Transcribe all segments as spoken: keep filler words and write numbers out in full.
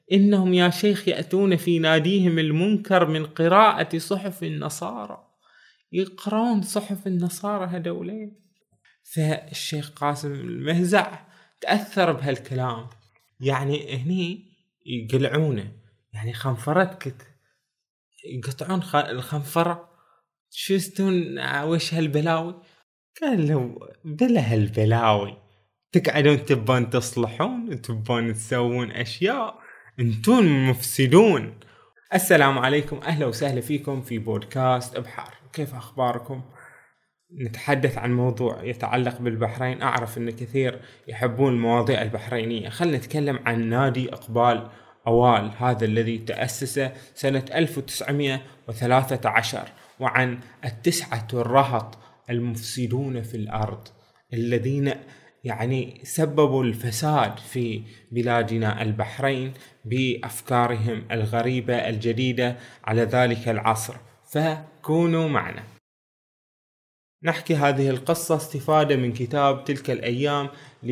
إنهم يا شيخ يأتون في ناديهم المنكر من قراءة صحف النصارى، يقرون صحف النصارى هدولين. فالشيخ قاسم المهزع تأثر بهالكلام، يعني هني يقلعونه، يعني خنفرتك يقطعون الخنفرة، شو استون وش هالبلاوي؟ قال له بلا هالبلاوي، تقعدون تبون تصلحون، تبون تسوون أشياء، انتون مفسدون. السلام عليكم، أهلا وسهلا فيكم في بودكاست أبحار. كيف أخباركم؟ نتحدث عن موضوع يتعلق بالبحرين. أعرف أن كثير يحبون المواضيع البحرينية. خلنا نتكلم عن نادي إقبال أوال، هذا الذي تأسس سنة ألف وتسعمائة وثلاثة عشر، وعن التسعة الرهط المفسدون في الأرض الذين يعني سببوا الفساد في بلادنا البحرين بأفكارهم الغريبة الجديدة على ذلك العصر. فكونوا معنا نحكي هذه القصة استفادة من كتاب تلك الأيام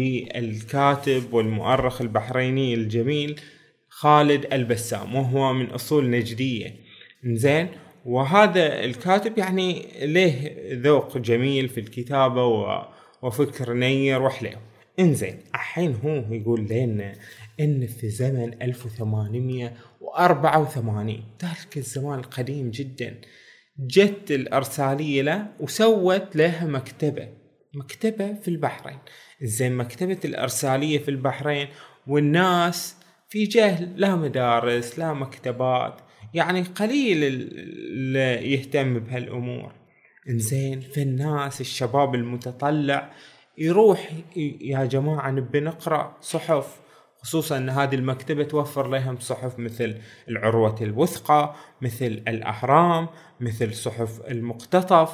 للكاتب والمؤرخ البحريني الجميل خالد البسام، وهو من أصول نجدية. إنزين، وهذا الكاتب يعني له ذوق جميل في الكتابة وفكر نير وحلو. إنزين، الحين هو يقول لنا إن في زمن ألف وثمانمائة وأربعة وثمانين، ذلك الزمان القديم جدا، جت الأرسالية له وسوت لها مكتبة مكتبة في البحرين. زين، مكتبة الأرسالية في البحرين، والناس في جهل، لا مدارس لا مكتبات، يعني قليل اللي يهتم بهالأمور. إنزين، في الناس الشباب المتطلع يروح يا جماعة نبي نقرأ صحف، خصوصا أن هذه المكتبة توفر لهم صحف مثل العروة الوثقى، مثل الأهرام، مثل صحف المقتطف.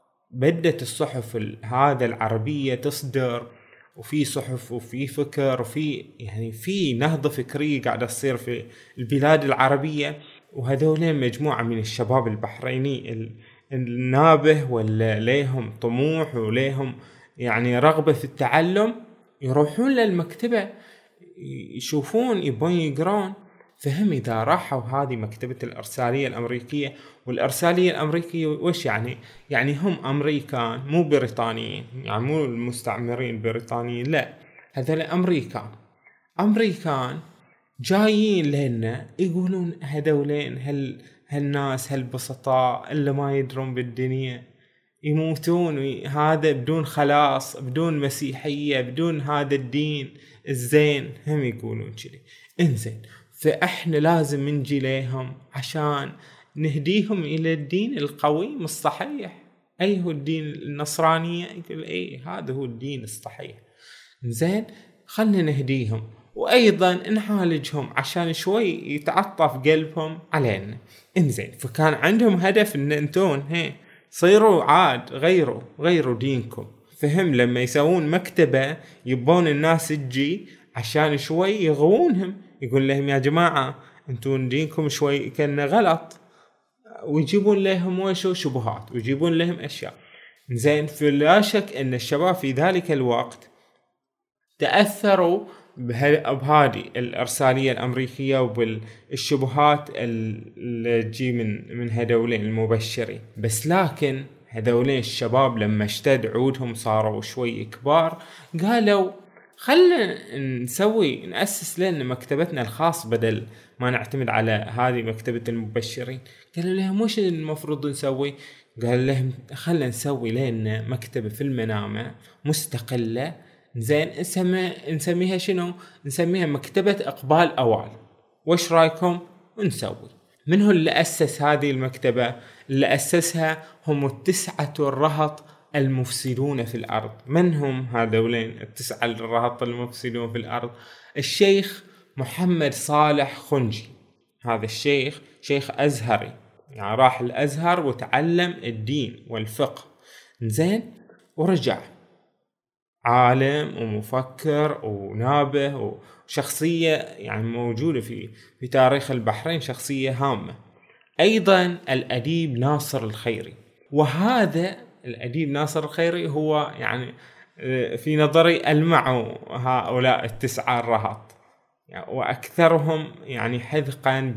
بدت الصحف هذا العربية تصدر، وفي صحف وفي فكر وفي يعني في نهضة فكرية قاعدة تصير في البلاد العربية. وهذولين مجموعة من الشباب البحريني النابه ولا ليهم طموح وليهم يعني رغبة في التعلم، يروحون للمكتبة يشوفون يبون يقرون. فهم إذا راحوا هذه مكتبة الأرسالية الأمريكية، والأرسالية الأمريكية وش يعني؟ يعني هم أمريكان مو بريطانيين، يعني مو المستعمرين بريطانيين، لا، هذول أمريكان أمريكان جايين لنا يقولون هذولين هال هالناس هالبسطاء اللي ما يدرون بالدنيا يموتون، هذا بدون خلاص، بدون مسيحية، بدون هذا الدين الزين. هم يقولون كذي. انزين، فإحنا لازم نجي لهم عشان نهديهم إلى الدين القويم الصحيح. أي هو الدين النصرانية؟ يقول إيه، هذا هو الدين الصحيح. انزين، خلنا نهديهم وأيضا نعالجهم عشان شوي يتعطف قلبهم علينا. انزين، فكان عندهم هدف إن أنتون هي صيروا عاد غيروا غيروا دينكم. فهم لما يسوون مكتبة يبون الناس تجي عشان شوي يغوونهم، يقول لهم يا جماعة انتون دينكم شوي كان غلط، ويجيبون لهم وشو شبهات ويجيبون لهم أشياء. زين، فلا شك أن الشباب في ذلك الوقت تأثروا بهذه الأرسالية الأمريكية وبالشبهات اللي تجي من من هذولين المبشرين. بس لكن هذولين الشباب لما اشتد عودهم صاروا شوي كبار، قالوا خلنا نسوي نأسس لنا مكتبتنا الخاص بدل ما نعتمد على هذه مكتبة المبشرين. قالوا لهم وش المفروض نسوي؟ قال لهم خلنا نسوي لنا مكتبة في المنامة مستقلة. زين، نسميها نسميها شنو؟ نسميها مكتبة إقبال أوال. وش رأيكم نسوي؟ من هو اللي أسس هذه المكتبة؟ اللي أسسها هم التسعة الرهط المفسدون في الأرض. من هم هذولين التسعة الرهط المفسدون في الأرض؟ الشيخ محمد صالح خنجي. هذا الشيخ شيخ أزهري، يعني راح الأزهر وتعلم الدين والفقه. زين، ورجع عالم ومفكر ونابه وشخصية يعني موجودة في في تاريخ البحرين، شخصية هامة. أيضا الأديب ناصر الخيري، وهذا الأديب ناصر الخيري هو يعني في نظري ألمع هؤلاء التسعة الرهط. وأكثرهم يعني حذقا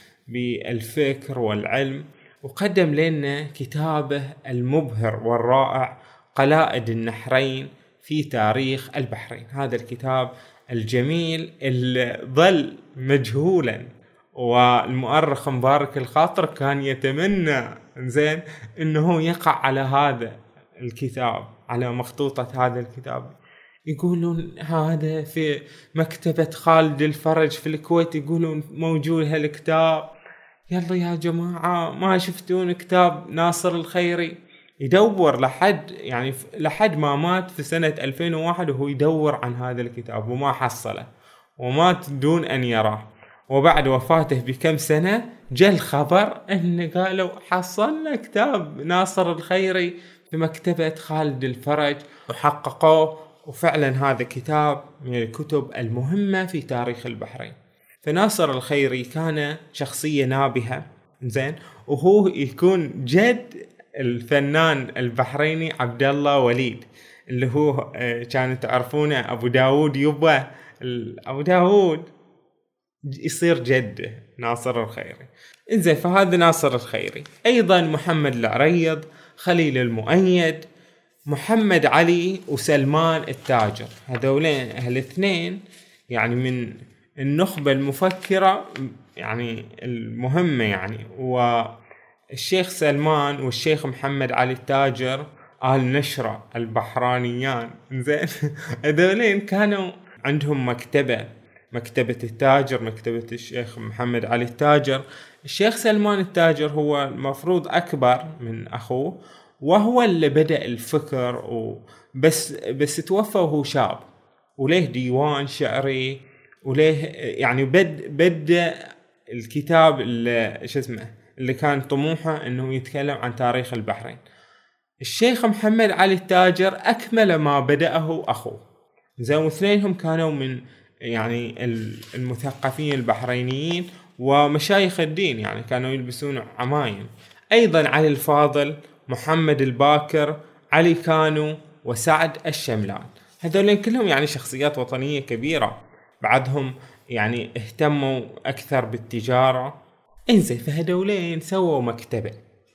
بالفكر والعلم. وقدم لنا كتابه المبهر والرائع قلائد النحرين في تاريخ البحرين. هذا الكتاب الجميل اللي ظل مجهولا، والمؤرخ مبارك الخاطر كان يتمنى زين انه يقع على هذا الكتاب، على مخطوطة هذا الكتاب. يقولون هذا في مكتبة خالد الفرج في الكويت، يقولون موجود هالكتاب. يلا يا جماعة، ما شفتون كتاب ناصر الخيري؟ يدور لحد يعني لحد ما مات في سنة ألفين وواحد وهو يدور عن هذا الكتاب وما حصله، ومات دون أن يراه. وبعد وفاته بكم سنة جاء الخبر أن قالوا حصلنا كتاب ناصر الخيري في مكتبة خالد الفرج، وحققوه. وفعلا هذا كتاب من الكتب المهمة في تاريخ البحرين. فناصر الخيري كان شخصية نابهة زين، وهو يكون جد الفنان البحريني عبد الله وليد، اللي هو كانوا تعرفونه أبو داود يبا أبو داود، يصير جده ناصر الخيري. إنزين، فهذا ناصر الخيري. أيضا محمد العريض، خليل المؤيد، محمد علي، وسلمان التاجر. هذولين الاثنين يعني من النخبة المفكرة يعني المهمة يعني. والشيخ سلمان والشيخ محمد علي التاجر آل نشرة البحرانيان زين هذولين كانوا عندهم مكتبة، مكتبة التاجر، مكتبة الشيخ محمد علي التاجر. الشيخ سلمان التاجر هو المفروض أكبر من أخوه، وهو اللي بدأ الفكر وبس بس توفى وهو شاب، وليه ديوان شعري، وليه يعني بد بدأ الكتاب اللي شو اسمه اللي كان طموحه انه يتكلم عن تاريخ البحرين. الشيخ محمد علي التاجر أكمل ما بدأه أخوه زين، واثنينهم كانوا من يعني المثقفين البحرينيين ومشايخ الدين، يعني كانوا يلبسون عمايم. أيضا علي الفاضل، محمد الباكر، علي كانو، وسعد الشملان. هذولين كلهم يعني شخصيات وطنية كبيرة. بعدهم يعني اهتموا أكثر بالتجارة. انزين، فهذولين سووا مكتبة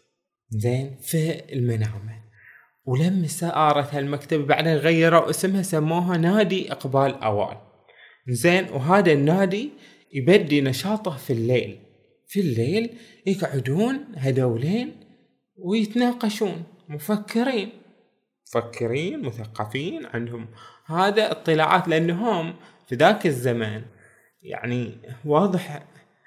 زين في المنامة، ولما صارت هالمكتبة بعدين غيروا اسمها، سموها نادي إقبال أوال زين. وهذا النادي يبدي نشاطه في الليل، في الليل يقعدون هذولين ويتناقشون، مفكرين مفكرين مثقفين عندهم هذا اطلاعات، لأنهم في ذاك الزمان يعني واضح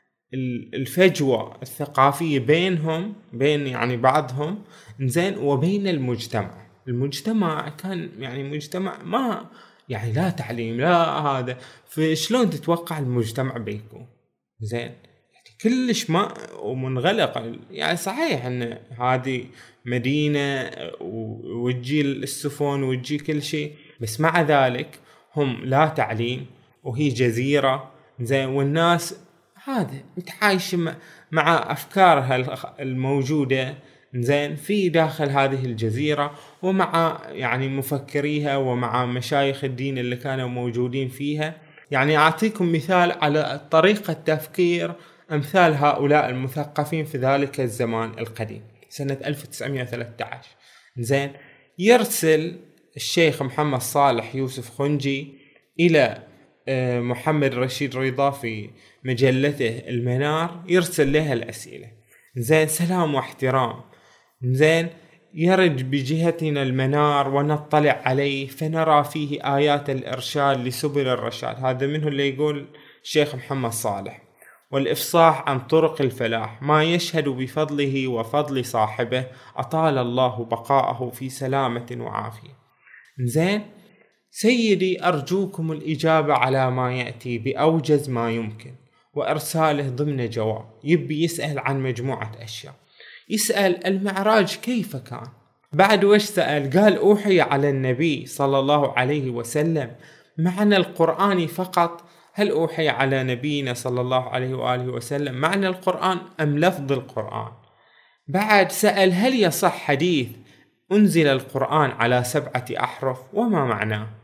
الفجوة الثقافية بينهم، بين يعني بعضهم زين وبين المجتمع. المجتمع كان يعني مجتمع ما يعني لا تعليم لا هذا، فشلون تتوقع المجتمع بيكون زين يعني كلش ما ومنغلق. يعني صحيح ان هذه مدينة وتجي السفن وتجي كل شيء، بس مع ذلك هم لا تعليم وهي جزيرة زين، والناس هذا متعايشة مع أفكارها الموجودة زين في داخل هذه الجزيرة، ومع يعني مفكريها ومع مشايخ الدين اللي كانوا موجودين فيها. يعني أعطيكم مثال على طريقة تفكير أمثال هؤلاء المثقفين في ذلك الزمان القديم سنة ألف وتسعمائة وثلاثة عشر زين. يرسل الشيخ محمد صالح يوسف خنجي إلى محمد رشيد رضا في مجلته المنار، يرسل لها الأسئلة زين، سلام واحترام زين. يرد بجهتنا المنار ونطلع عليه فنرى فيه آيات الإرشاد لسبل الرشاد. هذا منه اللي يقول الشيخ محمد صالح. والإفصاح عن طرق الفلاح ما يشهد بفضله وفضل صاحبه، أطال الله بقاءه في سلامة وعافية زين. سيدي أرجوكم الإجابة على ما يأتي بأوجز ما يمكن، وإرساله ضمن جواب. يبي يسأل عن مجموعة أشياء، يسأل المعراج كيف كان، بعد وش سأل؟ قال أوحي على النبي صلى الله عليه وسلم معنى القرآن فقط، هل أوحي على نبينا صلى الله عليه وآله وسلم معنى القرآن أم لفظ القرآن؟ بعد سأل هل يصح حديث أنزل القرآن على سبعة أحرف وما معناه؟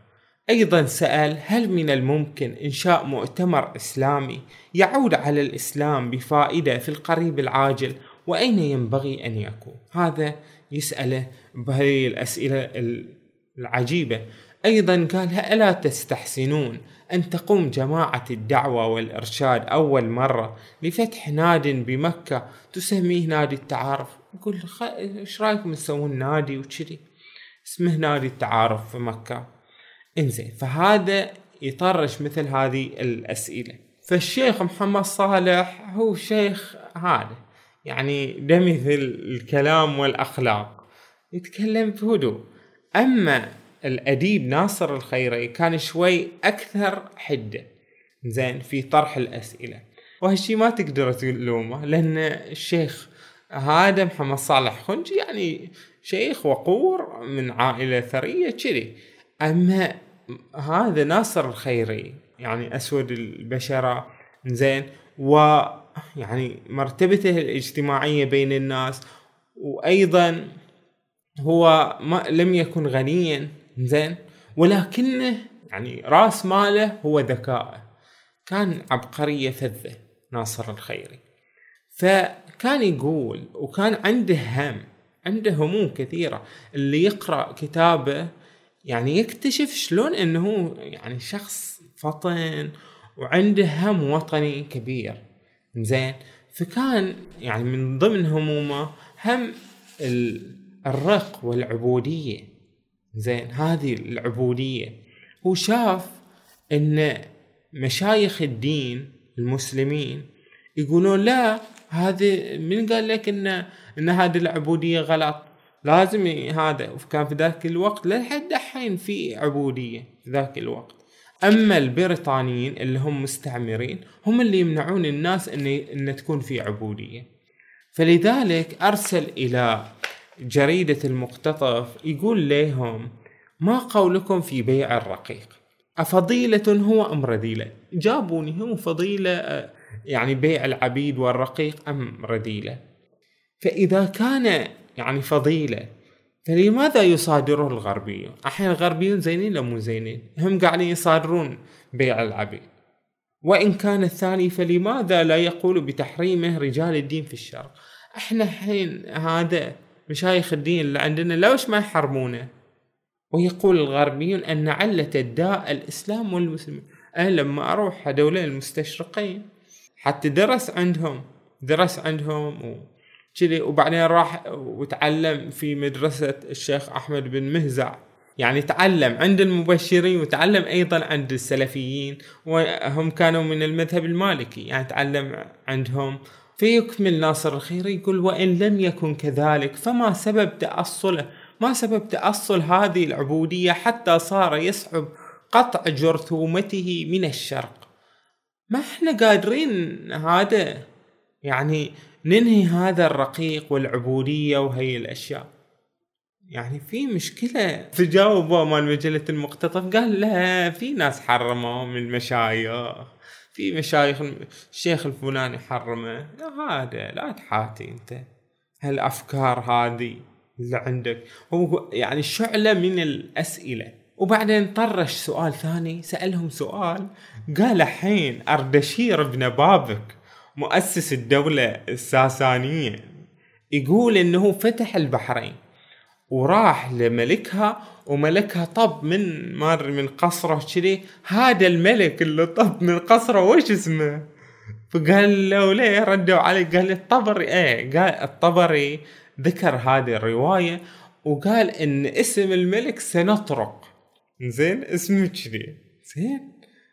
أيضا سأل: هل من الممكن إنشاء مؤتمر إسلامي يعود على الإسلام بفائدة في القريب العاجل؟ وأين ينبغي أن يكون؟ هذا يسأله بهذه الأسئلة العجيبة. أيضا قال: ألا تستحسنون أن تقوم جماعة الدعوة والإرشاد أول مرة لفتح ناد بمكة تسميه نادي التعارف؟ يقول: خ... إيش رأيكم تسوون نادي وكذي اسمه نادي التعارف في مكة؟ انزين، فهذا يطرش مثل هذه الأسئلة. فالشيخ محمد صالح هو شيخ هذا يعني دمث الكلام والأخلاق، يتكلم بهدوء. أما الأديب ناصر الخيري كان شوي أكثر حدة زين في طرح الأسئلة، وهالشي ما تقدر تلومه لأن الشيخ هذا محمد صالح خنجي يعني شيخ وقور من عائلة ثرية كذي. أما هذا ناصر الخيري يعني أسود البشرة زين، ويعني مرتبته الاجتماعية بين الناس، وأيضا هو ما لم يكن غنيا زين، ولكنه يعني راس ماله هو ذكاءه، كان عبقرية فذة ناصر الخيري. فكان يقول وكان عنده هم عنده هموم كثيرة. اللي يقرأ كتابه يعني يكتشف شلون انه يعني شخص فطن وعنده هم وطني كبير زين. فكان يعني من ضمن همومه هم الرق والعبودية زين. هذه العبودية هو شاف ان مشايخ الدين المسلمين يقولون لا، هذه من قال لك ان ان هذه العبودية غلط، لازم هذا. وكان في ذاك الوقت لحد الحين في عبودية في ذاك الوقت. أما البريطانيين اللي هم مستعمرين هم اللي يمنعون الناس إن إن تكون في عبودية. فلذلك أرسل إلى جريدة المقتطف يقول لهم: ما قولكم في بيع الرقيق؟ أفضيلة هو أم رذيلة؟ جابوني هم فضيلة يعني بيع العبيد والرقيق أم رذيلة؟ فإذا كان يعني فضيلة فلماذا يصادره الغربيون؟ أحيانا الغربيون زينين لو مو زينين، هم قاعدين يصادرون بيع العبيد. وإن كان الثاني فلماذا لا يقول بتحريمه رجال الدين في الشرق؟ احنا حين هذا مشايخ الدين اللي عندنا لوش ما يحرمونه؟ ويقول الغربيون أن علة الداء الإسلام والمسلمين. أنا لما أروح هدول المستشرقين حتى درس عندهم درس عندهم و كذي، وبعدين راح وتعلم في مدرسة الشيخ أحمد بن مهزع، يعني تعلم عند المبشرين وتعلم أيضا عند السلفيين، وهم كانوا من المذهب المالكي يعني تعلم عندهم. فيكمل ناصر الخيري يقول: وإن لم يكن كذلك فما سبب تأصله؟ ما سبب تأصل هذه العبودية حتى صار يصعب قطع جرثومته من الشرق؟ ما احنا قادرين هذا يعني ننهي هذا الرقيق والعبودية وهي الأشياء، يعني في مشكلة. فجاوبوا مال مجلة المقتطف قال: لا، في ناس حرموا من المشايخ، في مشايخ الشيخ الفلاني حرمه. لا، هذا لا تحاتي انت هالأفكار هذه اللي عندك. هو يعني شعلة من الأسئلة. وبعدين طرش سؤال ثاني، سألهم سؤال قال: حين أردشير بن بابك مؤسس الدولة الساسانية يقول إنه فتح البحرين وراح لملكها وملكها طب من مار من قصره كذي، هذا الملك اللي طب من قصره وش اسمه؟ فقال له ليه؟ ردوا عليه قال الطبري. ايه قال الطبري ذكر هذه الرواية وقال ان اسم الملك سنطرق زين اسمه كذي زين.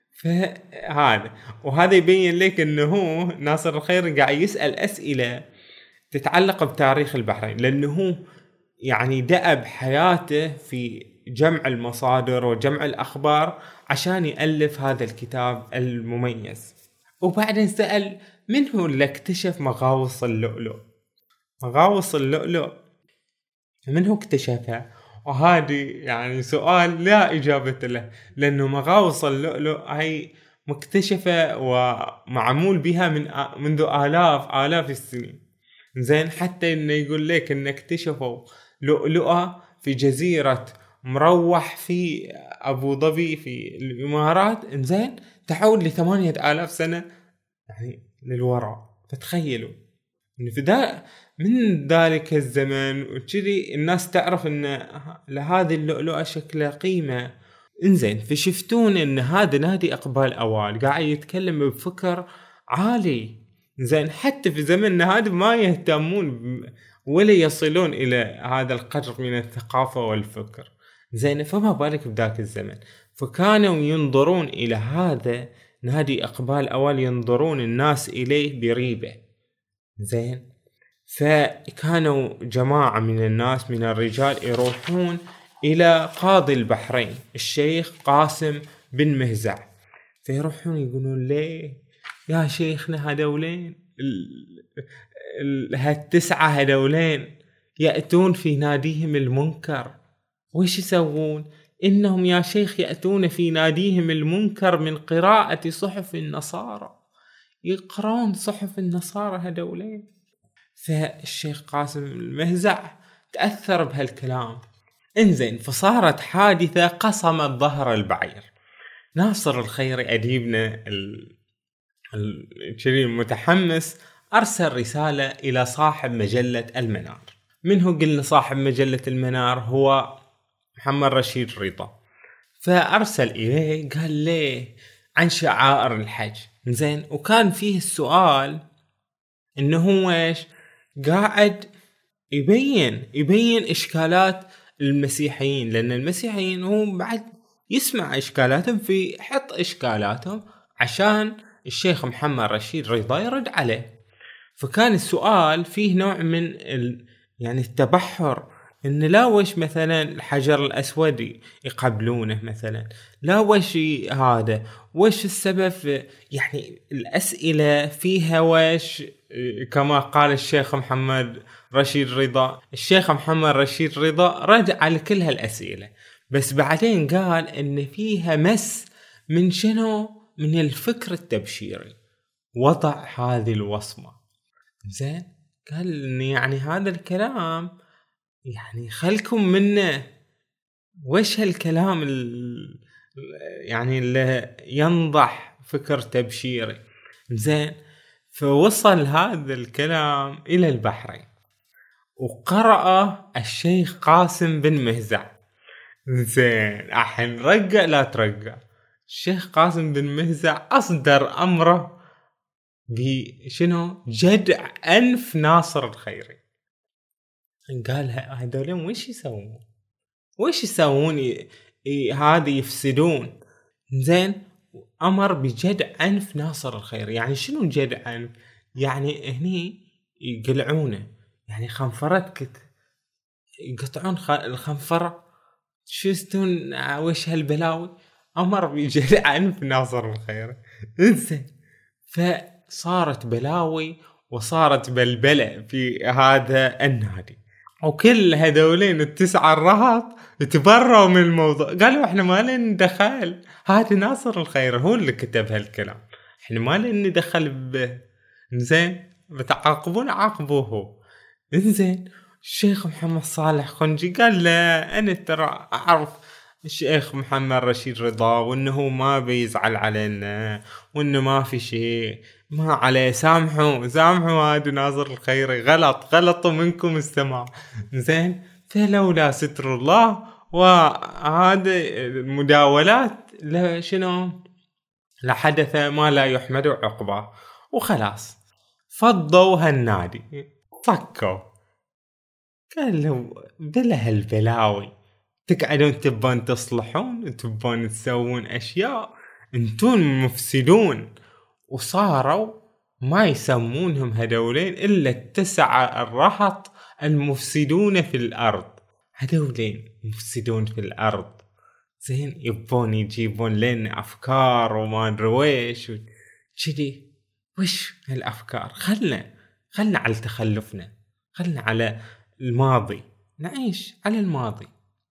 فهذا وهذا يبين لك انه هو ناصر الخيري قاعد يسأل اسئلة تتعلق بتاريخ البحرين، لانه هو يعني دأب حياته في جمع المصادر وجمع الأخبار عشان يألف هذا الكتاب المميز. وبعدين سأل: من هو اللي اكتشف مغاوص اللؤلؤ؟ مغاوص اللؤلؤ من هو اكتشفها؟ وهذه يعني سؤال لا إجابة له، لأنه مغاوص اللؤلؤ هي مكتشفة ومعمول بها من منذ آلاف آلاف السنين زين. حتى إنه يقول لك إن اكتشفوا لؤلؤة في جزيرة مروح في ابو ظبي في الامارات، انزين تعود لثمانية آلاف سنة يعني للوراء. فتخيلوا ان في ذا من ذلك الزمن وكذي الناس تعرف ان لهذه اللؤلؤة شكلها قيمة. انزين فشفتون ان هذا نادي اقبال اوال قاعد يتكلم بفكر عالي. زين حتى في زمننا هذا ما يهتمون ولا يصلون الى هذا القدر من الثقافة والفكر. زين فما بالك بذاك الزمن. فكانوا ينظرون الى هذا نادي اقبال اوال، ينظرون الناس اليه بريبة. زين فكانوا جماعة من الناس من الرجال يروحون الى قاضي البحرين الشيخ قاسم بن مهزع، فيروحون يقولون ليه يا شيخنا هذولين هالتسعة هذولين يأتون في ناديهم المنكر، وش يسوون؟ إنهم يا شيخ يأتون في ناديهم المنكر من قراءة صحف النصارى، يقرون صحف النصارى هذولين. فالشيخ قاسم المهزع تأثر بهالكلام. انزين فصارت حادثة قصمت ظهر البعير. ناصر الخيري أديبنا الكريم متحمس أرسل رسالة إلى صاحب مجلة المنار. منه قلنا صاحب مجلة المنار هو محمد رشيد رضا. فأرسل إليه قال ليه عن شعائر الحج. زين وكان فيه السؤال إنه هو إيش قاعد يبين يبين إشكالات المسيحيين، لأن المسيحيين هو بعد يسمع إشكالاتهم في حط إشكالاتهم عشان الشيخ محمد رشيد رضا يرد عليه. فكان السؤال فيه نوع من ال... يعني التبحر، إن لا وش مثلا الحجر الأسود يقبلونه مثلا، لا وش هذا وش السبب. يعني الأسئلة فيها وش كما قال الشيخ محمد رشيد رضا. الشيخ محمد رشيد رضا رد على كل هالأسئلة، بس بعدين قال إن فيها مس من شنو من الفكر التبشيري، وضع هذه الوصمة. زين قال إن يعني هذا الكلام يعني خلكم منه، وش هالكلام ال... يعني اللي ينضح فكر تبشيري. زين فوصل هذا الكلام إلى البحرين وقرأ الشيخ قاسم بن مهزع. زين أحن رجع لا ترجع. الشيخ قاسم بن مهزع أصدر أمره بشنو جدع أنف ناصر الخيري. قال هذولين وش يسوون وش يسوون ي... ي... هذا يفسدون. زين أمر بجدع أنف ناصر الخيري. يعني شنو جدع أنف؟ يعني هني يقلعونه، يعني خنفرتك يقطعون خ... الخنفرة. شستون وش هالبلاوي. أمر بجدع أنف ناصر الخيري. زين فصارت بلاوي وصارت بلبلة في هذا النادي، وكل هذولين التسعة الرهط تبروا من الموضوع. قالوا احنا ما لنا دخل، هذا ناصر الخير هو اللي كتب هالكلام، احنا ما لنا دخل به. زين بتعاقبون عاقبوه. زين الشيخ محمد صالح خنجي قال لا انا ترى اعرف الشيخ محمد رشيد رضا وانه ما بيزعل علينا وانه ما في شيء، ما عليه، سامحوا سامحوا هذا ناصر الخيري غلط غلطوا منكم السماع. زين فلولا ستر الله وهذا المداولات لشنو لحدث ما لا يحمد عقباه. وخلاص فضوا هالنادي صكوا. قالوا بلا هالبلاوي تقعدون تبون تصلحون تبون تسوون أشياء، انتون مفسدون. وصاروا ما يسمونهم هدولين إلا التسعة الرهط المفسدون في الأرض. هدولين مفسدون في الأرض. زين يبون يجيبون لنا أفكار وما نرويش وشدي. وش هالأفكار؟ خلنا خلنا على تخلفنا، خلنا على الماضي، نعيش على الماضي.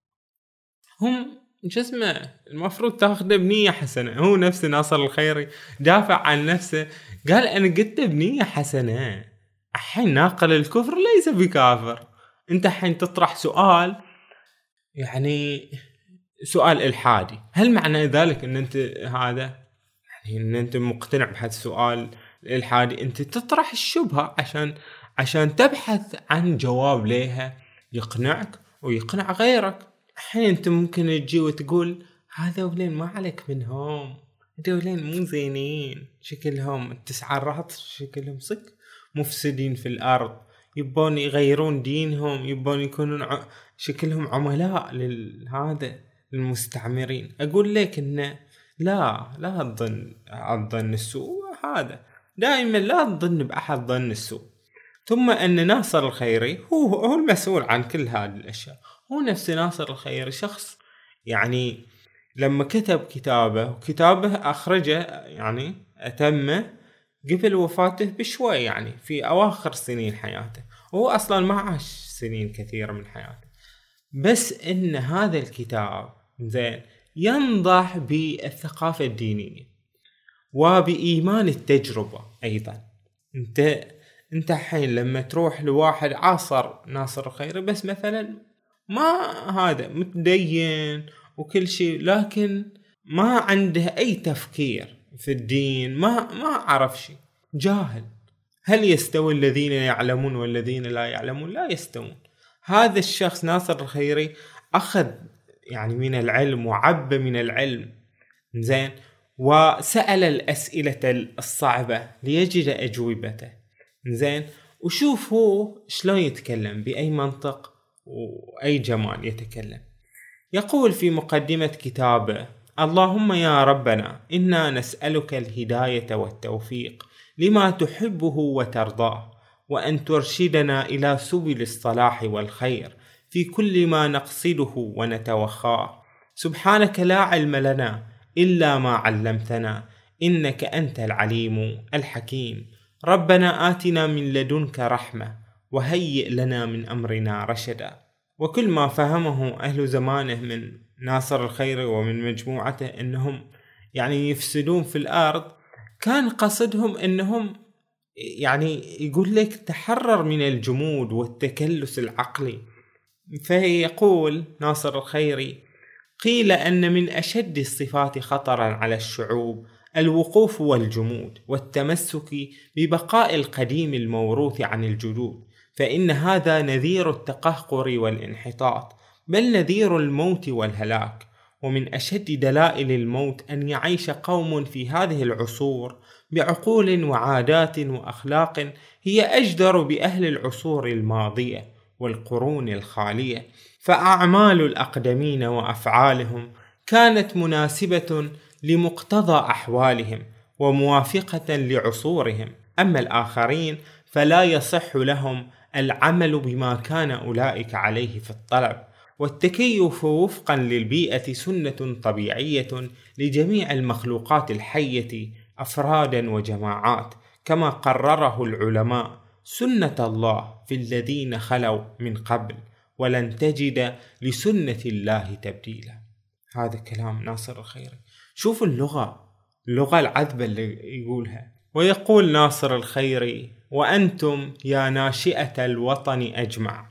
هم جسمه المفروض تاخده بنية حسنة. هو نفس ناصر الخيري دافع عن نفسه قال أنا قلت بنية حسنة. الحين ناقل الكفر ليس بكافر. انت الحين تطرح سؤال يعني سؤال إلحادي. هل معنى ذلك أن أنت هذا يعني أن أنت مقتنع بهذا السؤال الإلحادي؟ أنت تطرح الشبهة عشان عشان تبحث عن جواب لها يقنعك ويقنع غيرك. الحين أنت ممكن تجي وتقول هذا ولين ما عليك منهم، هذولين مو زينين، شكلهم التسعرات شكلهم صك مفسدين في الأرض، يبون يغيرون دينهم، يبون يكونون ع... شكلهم عملاء لهذا المستعمرين. أقول لك إنه لا لا تظن الظن السوء، هذا دائما لا تظن بأحد ظن السوء. ثم أن ناصر الخيري هو هو المسؤول عن كل هذه الأشياء. هو نفس ناصر الخيري شخص يعني لما كتب كتابه وكتابه أخرجه يعني أتمه قبل وفاته بشوي، يعني في أواخر سنين حياته، وهو أصلا ما عاش سنين كثيرة من حياته. بس إن هذا الكتاب زين ينضح بالثقافة الدينية وبإيمان التجربة أيضا. أنت أنت حين لما تروح لواحد عاصر ناصر الخيري بس مثلا ما هذا متدين وكل شيء، لكن ما عنده أي تفكير في الدين، ما ما عرف شيء، جاهل. هل يستوي الذين يعلمون والذين لا يعلمون؟ لا يستوون. هذا الشخص ناصر الخيري أخذ يعني من العلم وعب من العلم زين، وسأل الأسئلة الصعبة ليجد أجوبته زين. وشوف هو شلون يتكلم، بأي منطق وأي جمال يتكلم. يقول في مقدمة كتابه: اللهم يا ربنا إنا نسألك الهداية والتوفيق لما تحبه وترضاه، وأن ترشدنا إلى سبل الصلاح والخير في كل ما نقصده ونتوخاه. سبحانك لا علم لنا إلا ما علمتنا، إنك أنت العليم الحكيم. ربنا آتنا من لدنك رحمة وهيئ لنا من أمرنا رشدا. وكل ما فهمه أهل زمانه من ناصر الخيري ومن مجموعته أنهم يعني يفسدون في الأرض، كان قصدهم أنهم يعني يقول لك تحرر من الجمود والتكلس العقلي. فيقول ناصر الخيري: قيل أن من أشد الصفات خطرا على الشعوب الوقوف والجمود والتمسك ببقاء القديم الموروث عن الجدود، فإن هذا نذير التقهقر والانحطاط، بل نذير الموت والهلاك. ومن أشد دلائل الموت أن يعيش قوم في هذه العصور بعقول وعادات وأخلاق هي أجدر بأهل العصور الماضية والقرون الخالية، فأعمال الأقدمين وأفعالهم كانت مناسبة لمقتضى أحوالهم وموافقة لعصورهم، أما الآخرين فلا يصح لهم العمل بما كان أولئك عليه في الطلب. والتكيف وفقا للبيئة سنة طبيعية لجميع المخلوقات الحية أفرادا وجماعات، كما قرره العلماء سنة الله في الذين خلوا من قبل، ولن تجد لسنة الله تبديلا. هذا كلام ناصر الخيري. شوف اللغة اللغة العذبة اللي يقولها. ويقول ناصر الخيري: وأنتم يا ناشئة الوطن أجمع،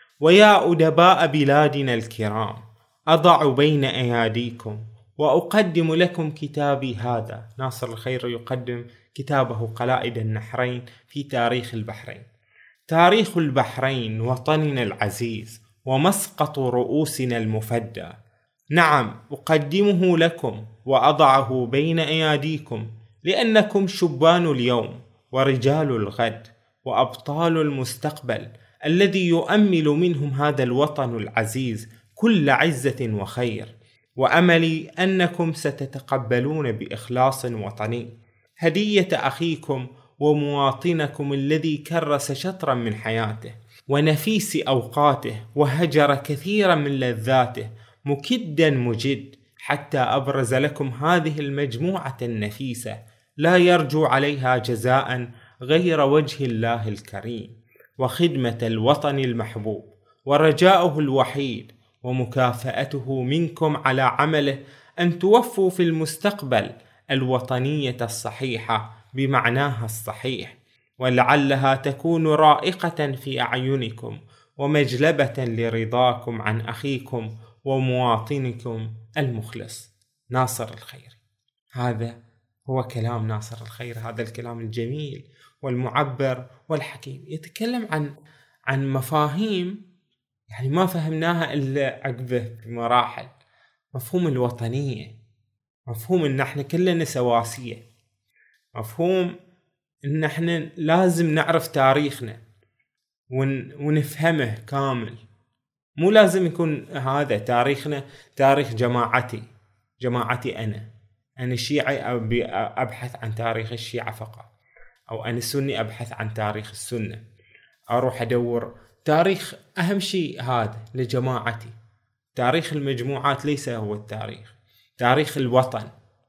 ويا أدباء بلادنا الكرام، أضع بين أياديكم وأقدم لكم كتابي هذا. ناصر الخيري يقدم كتابه قلائد النحرين في تاريخ البحرين. تاريخ البحرين وطننا العزيز ومسقط رؤوسنا المفدى. نعم، أقدمه لكم وأضعه بين أياديكم، لأنكم شبان اليوم ورجال الغد وأبطال المستقبل الذي يؤمل منهم هذا الوطن العزيز كل عزة وخير. وأملي أنكم ستتقبلون بإخلاص وطني هدية أخيكم ومواطنكم الذي كرس شطرا من حياته ونفيس أوقاته وهجر كثيرا من لذاته مكدا مجد، حتى أبرز لكم هذه المجموعة النفيسة لا يرجو عليها جزاء غير وجه الله الكريم وخدمة الوطن المحبوب، ورجاؤه الوحيد ومكافأته منكم على عمله أن توفوا في المستقبل الوطنية الصحيحة بمعناها الصحيح، ولعلها تكون رائقة في أعينكم ومجلبة لرضاكم عن أخيكم ومواطنكم المخلص ناصر الخيري. هذا هو كلام ناصر الخيري، هذا الكلام الجميل والمعبر والحكيم، يتكلم عن عن مفاهيم يعني ما فهمناها إلا عقبه بمراحل. مفهوم الوطنية، مفهوم إن احنا كلنا سواسية، مفهوم إن احنا لازم نعرف تاريخنا ون... ونفهمه كامل. مو لازم يكون هذا تاريخنا تاريخ جماعتي جماعتي أنا أنا شيعي أبي أبحث عن تاريخ الشيعة فقط، أو أنا سني أبحث عن تاريخ السنة، أروح أدور تاريخ. أهم شيء هذا لجماعتي. تاريخ المجموعات ليس هو التاريخ. تاريخ الوطن،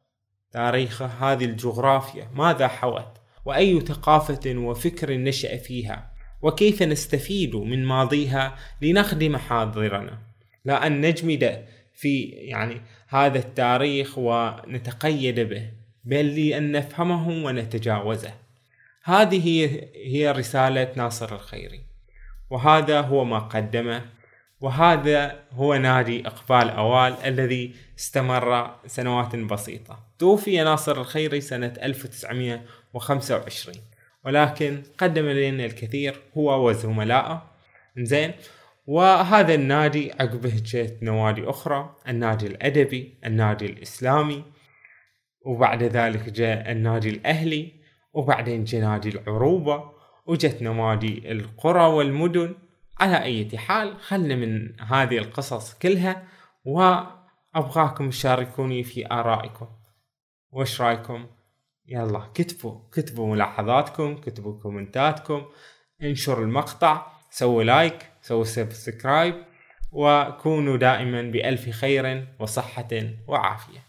تاريخ هذه الجغرافيا ماذا حوت، وأي ثقافة وفكر نشأ فيها، وكيف نستفيد من ماضيها لنخدم حاضرنا، لا أن نجمد في يعني هذا التاريخ ونتقيد به، بل لأن نفهمه ونتجاوزه. هذه هي هي رسالة ناصر الخيري، وهذا هو ما قدمه، وهذا هو نادي إقبال أوال الذي استمر سنوات بسيطة. توفي ناصر الخيري سنة ألف وتسعمائة وخمسة وعشرين، ولكن قدم لنا الكثير هو وزملائه. إنزين، وهذا النادي عقبه جت نوادي أخرى، النادي الأدبي، النادي الإسلامي، وبعد ذلك جاء النادي الأهلي، وبعدين جاء نادي العروبة، وجت نوادي القرى والمدن. على أي حال، خلنا من هذه القصص كلها، وأبغاكم تشاركوني في آرائكم. وش رأيكم؟ يلا كتبوا كتبوا ملاحظاتكم، كتبوا كومنتاتكم، انشروا المقطع، سووا لايك، سووا سبسكرايب، وكونوا دائما بألف خير وصحة وعافية.